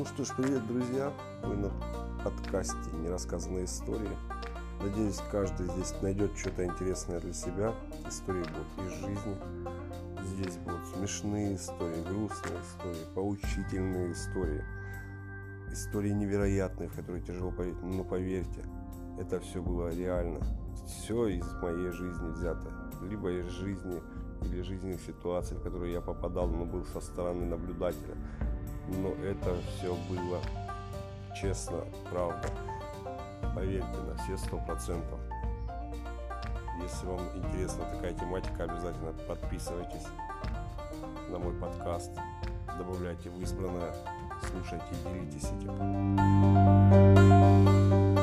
Ну что ж, привет, друзья! Вы на подкасте «Нерассказанные истории». Надеюсь, каждый здесь найдет что-то интересное для себя. Истории будут из жизни. Здесь будут смешные истории, грустные истории, поучительные истории. Истории невероятные, в которые тяжело поверить. Но поверьте, это все было реально. Все из моей жизни взято. Либо из жизни или жизненных ситуаций, в которые я попадал, но был со стороны наблюдателя. Но это все было честно, правда. Поверьте, на все 100%. Если вам интересна такая тематика, обязательно подписывайтесь на мой подкаст, добавляйте в избранное, слушайте и делитесь этим.